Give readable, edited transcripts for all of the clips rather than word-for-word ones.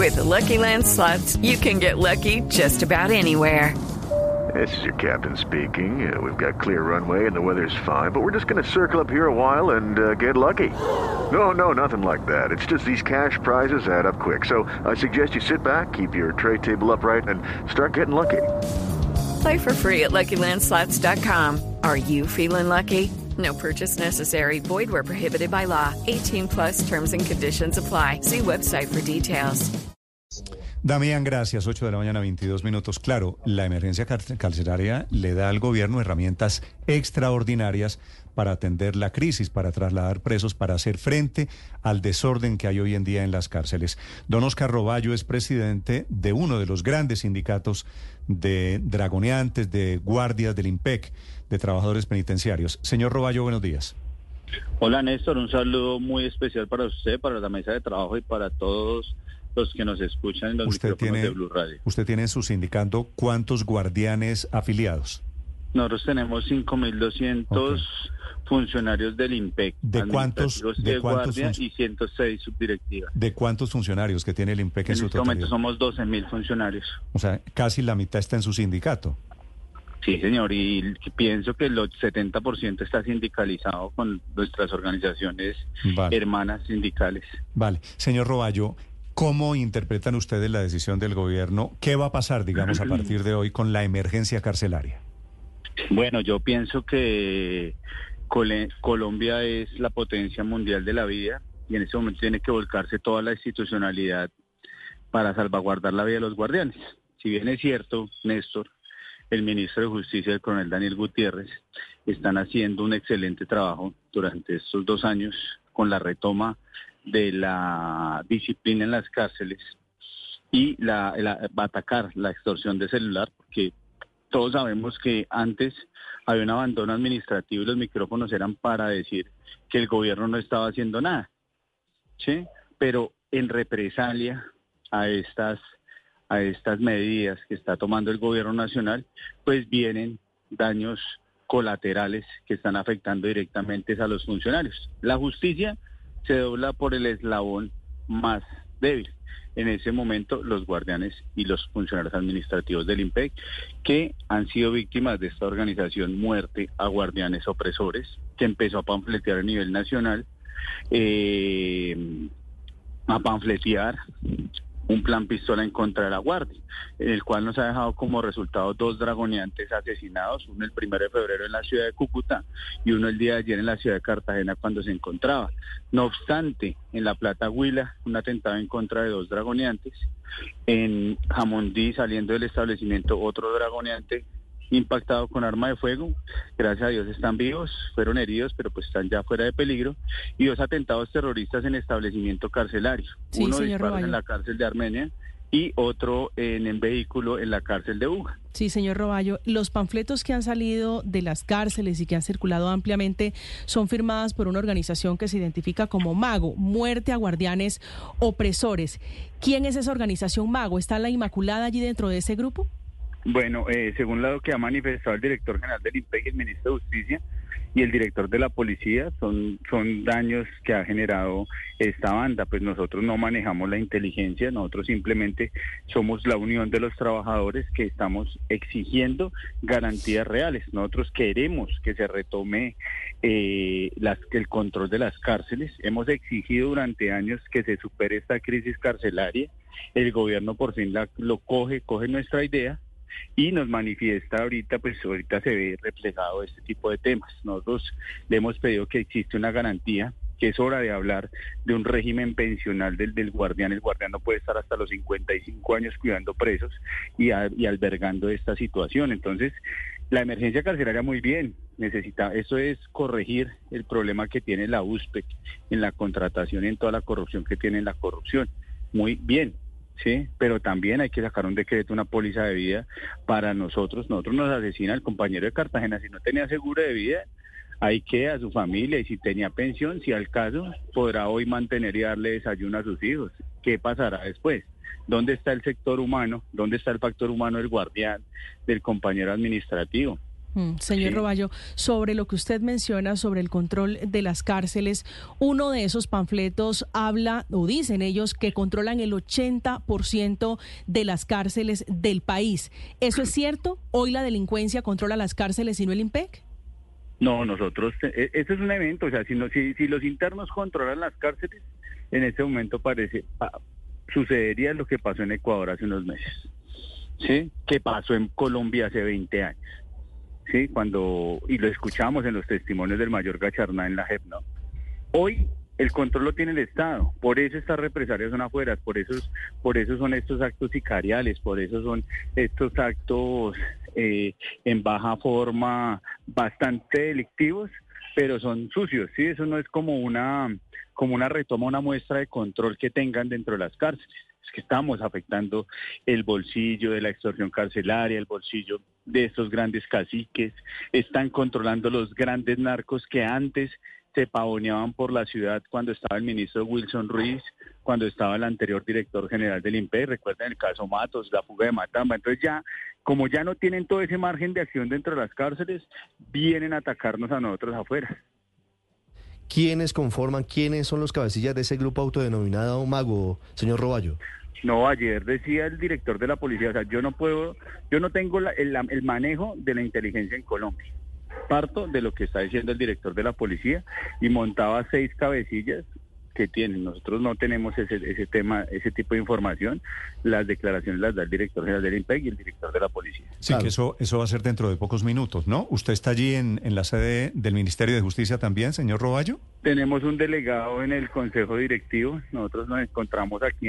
With the Lucky Land Slots, you can get lucky just about anywhere. This is your captain speaking. We've got clear runway and the weather's fine, but we're just going to circle up here a while and get lucky. No, nothing like that. It's just these cash prizes add up quick. So I suggest you sit back, keep your tray table upright, and start getting lucky. Play for free at LuckyLandSlots.com. Are you feeling lucky? No purchase necessary. Void where prohibited by law. 18 plus terms and conditions apply. See website for details. Damián, gracias. 8 de la mañana, 22 minutos. Claro, la emergencia carcelaria le da al gobierno herramientas extraordinarias para atender la crisis, para trasladar presos, para hacer frente al desorden que hay hoy en día en las cárceles. Don Oscar Roballo es presidente de uno de los grandes sindicatos de dragoneantes, de guardias del IMPEC, de trabajadores penitenciarios. Señor Roballo, buenos días. Hola Néstor, un saludo muy especial para usted, para la mesa de trabajo y para todos los que nos escuchan en los micrófonos de Blue Radio. ¿Usted tiene en su sindicato cuántos guardianes afiliados? Nosotros tenemos 5.200 funcionarios del IMPEC. ¿De cuántos guardia y 106 subdirectivas. ¿De cuántos funcionarios que tiene el IMPEC en su totalidad? En este momento somos 12.000 funcionarios. O sea, casi la mitad está en su sindicato. Sí, señor, y pienso que el 70% está sindicalizado con nuestras organizaciones hermanas sindicales. Vale. Señor Roballo, ¿cómo interpretan ustedes la decisión del gobierno? ¿Qué va a pasar, digamos, a partir de hoy con la emergencia carcelaria? Bueno, yo pienso que Colombia es la potencia mundial de la vida y en ese momento tiene que volcarse toda la institucionalidad para salvaguardar la vida de los guardianes. Si bien es cierto, Néstor, el ministro de Justicia, el coronel Daniel Gutiérrez, están haciendo un excelente trabajo durante estos 2 años con la retoma de la disciplina en las cárceles y va a atacar la extorsión de celular, porque todos sabemos que antes había un abandono administrativo y los micrófonos eran para decir que el gobierno no estaba haciendo nada, ¿sí? Pero en represalia a estas medidas que está tomando el gobierno nacional, pues vienen daños colaterales que están afectando directamente a los funcionarios. La justicia se dobla por el eslabón más débil. En ese momento, los guardianes y los funcionarios administrativos del IMPEC, que han sido víctimas de esta organización Muerte a Guardianes Opresores, que empezó a panfletear a nivel nacional, a panfletear un plan pistola en contra de la Guardia, en el cual nos ha dejado como resultado 2 dragoneantes asesinados, uno el 1 de febrero en la ciudad de Cúcuta y uno el día de ayer en la ciudad de Cartagena cuando se encontraba. No obstante, en La Plata, Huila, un atentado en contra de 2 dragoneantes, en Jamundí, saliendo del establecimiento, otro dragoneante impactado con arma de fuego. Gracias a Dios están vivos, fueron heridos, pero pues están ya fuera de peligro. Y 2 atentados terroristas en establecimiento carcelario. Sí, uno señor disparó Roballo. en la cárcel de Armenia y otro en el vehículo en la cárcel de Buga. Sí, señor Roballo, los panfletos que han salido de las cárceles y que han circulado ampliamente son firmadas por una organización que se identifica como MAGO, Muerte a Guardianes Opresores. ¿Quién es esa organización MAGO? ¿Está la Inmaculada allí dentro de ese grupo? Bueno, según lo que ha manifestado el director general del IMPEC, el ministro de Justicia y el director de la policía, son daños que ha generado esta banda. Pues nosotros no manejamos la inteligencia, nosotros simplemente somos la unión de los trabajadores que estamos exigiendo garantías reales. Nosotros queremos que se retome el control de las cárceles. Hemos exigido durante años que se supere esta crisis carcelaria. El gobierno por fin coge nuestra idea y nos manifiesta ahorita se ve reflejado este tipo de temas. Nosotros le hemos pedido que existe una garantía, que es hora de hablar de un régimen pensional del guardián. El guardián no puede estar hasta los 55 años cuidando presos y albergando esta situación. Entonces, la emergencia carcelaria muy bien, eso es corregir el problema que tiene la USPEC en la contratación y en toda la corrupción que tiene en la corrupción. Muy bien. Sí, pero también hay que sacar un decreto, una póliza de vida para nosotros. Nosotros nos asesina el compañero de Cartagena. Si no tenía seguro de vida, ahí queda su familia. Y si tenía pensión, si al caso, podrá hoy mantener y darle desayuno a sus hijos. ¿Qué pasará después? ¿Dónde está el sector humano? ¿Dónde está el factor humano del guardián, del compañero administrativo? Señor Sí. Roballo, sobre lo que usted menciona sobre el control de las cárceles, uno de esos panfletos habla, o dicen ellos, que controlan el 80% de las cárceles del país. ¿Eso es cierto? ¿Hoy la delincuencia controla las cárceles y no el IMPEC? No, nosotros, esto es un evento, o sea, si los internos controlan las cárceles, en este momento sucedería lo que pasó en Ecuador hace unos meses, ¿sí? Que pasó en Colombia hace 20 años. Sí, y lo escuchamos en los testimonios del mayor Gacharná en la JEP, ¿no? Hoy el control lo tiene el Estado, por eso estas represalias son afuera, por eso son estos actos sicariales, por eso son estos actos en baja forma bastante delictivos, pero son sucios, ¿sí? Eso no es como una retoma, una muestra de control que tengan dentro de las cárceles. Es que estamos afectando el bolsillo de la extorsión carcelaria, el bolsillo de estos grandes caciques, están controlando los grandes narcos que antes se pavoneaban por la ciudad cuando estaba el ministro Wilson Ruiz, cuando estaba el anterior director general del IMPEC, recuerden el caso Matos, la fuga de Matamba. Entonces como ya no tienen todo ese margen de acción dentro de las cárceles, vienen a atacarnos a nosotros afuera. ¿Quiénes son los cabecillas de ese grupo autodenominado Mago, señor Roballo? No, ayer decía el director de la policía, o sea, yo no tengo el manejo de la inteligencia en Colombia. Parto de lo que está diciendo el director de la policía y montaba 6 cabecillas que tienen. Nosotros no tenemos ese tipo de información. Las declaraciones las da el director general del IMPEC y el director de la policía. Sí, Claro. que eso va a ser dentro de pocos minutos, ¿no? ¿Usted está allí en la sede del Ministerio de Justicia también, señor Roballo? Tenemos un delegado en el consejo directivo. Nosotros nos encontramos aquí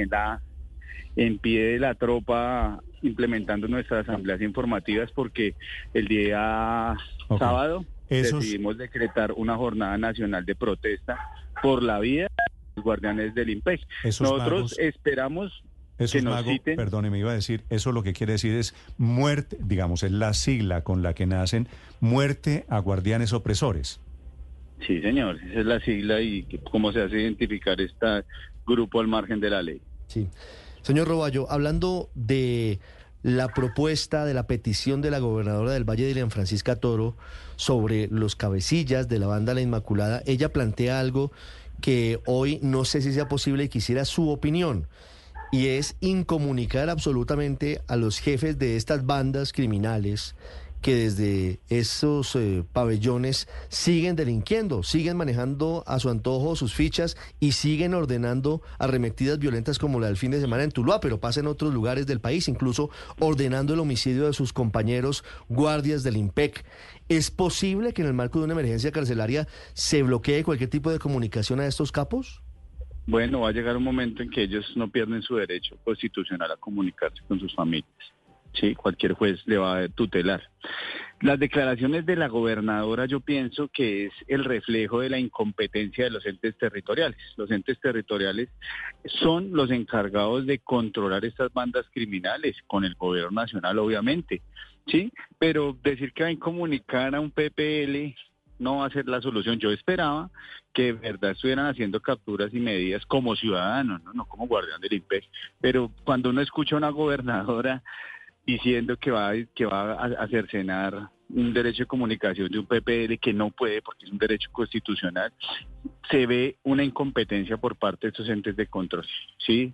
en pie de la tropa implementando nuestras asambleas informativas porque el día sábado decidimos decretar una jornada nacional de protesta por la vida de los guardianes del IMPEC. Nosotros esperamos que nos citen. Perdóneme, iba a decir, eso lo que quiere decir es muerte, digamos, es la sigla con la que nacen, muerte a guardianes opresores. Sí, señor, esa es la sigla y cómo se hace identificar este grupo al margen de la ley. Sí. Señor Roballo, hablando de la propuesta, de la petición de la gobernadora del Valle, Dilian Francisca Toro, sobre los cabecillas de la banda La Inmaculada, ella plantea algo que hoy no sé si sea posible y quisiera su opinión, y es incomunicar absolutamente a los jefes de estas bandas criminales que desde esos pabellones siguen delinquiendo, siguen manejando a su antojo sus fichas y siguen ordenando arremetidas violentas como la del fin de semana en Tuluá, pero pasa en otros lugares del país, incluso ordenando el homicidio de sus compañeros guardias del IMPEC. ¿Es posible que en el marco de una emergencia carcelaria se bloquee cualquier tipo de comunicación a estos capos? Bueno, va a llegar un momento en que ellos no pierden su derecho constitucional a comunicarse con sus familias. Sí, cualquier juez le va a tutelar. Las declaraciones de la gobernadora yo pienso que es el reflejo de la incompetencia de los entes territoriales. Los entes territoriales son los encargados de controlar estas bandas criminales, con el gobierno nacional obviamente, ¿sí? Pero decir que va a incomunicar a un PPL no va a ser la solución. Yo esperaba que de verdad estuvieran haciendo capturas y medidas como ciudadanos, no como guardián del IMPEC. Pero cuando uno escucha a una gobernadora diciendo que va a cercenar un derecho de comunicación de un PPL que no puede porque es un derecho constitucional, se ve una incompetencia por parte de estos entes de control, ¿sí?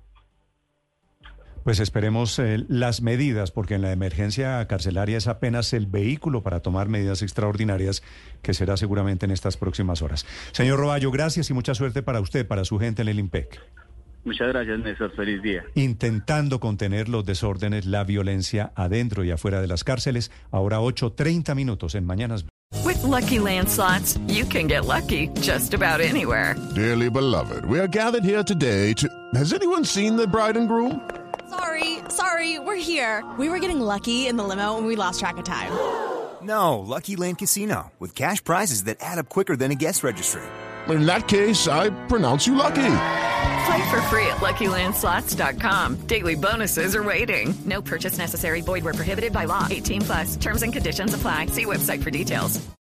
Pues esperemos las medidas, porque en la emergencia carcelaria es apenas el vehículo para tomar medidas extraordinarias, que será seguramente en estas próximas horas. Señor Roballo, gracias y mucha suerte para usted, para su gente en el IMPEC. Muchas gracias, Néstor. Feliz día. Intentando contener los desórdenes, la violencia adentro y afuera de las cárceles. Ahora 8:30 minutos en Mañanas. With Lucky Land Slots, you can get lucky just about anywhere. Dearly beloved, we are gathered here today to... Has anyone seen the bride and groom? Sorry, we're here. We were getting lucky in the limo and we lost track of time. No, Lucky Land Casino, with cash prizes that add up quicker than a guest registry. In that case, I pronounce you lucky. Play for free at LuckyLandSlots.com. Daily bonuses are waiting. No purchase necessary. Void where prohibited by law. 18+. Terms and conditions apply. See website for details.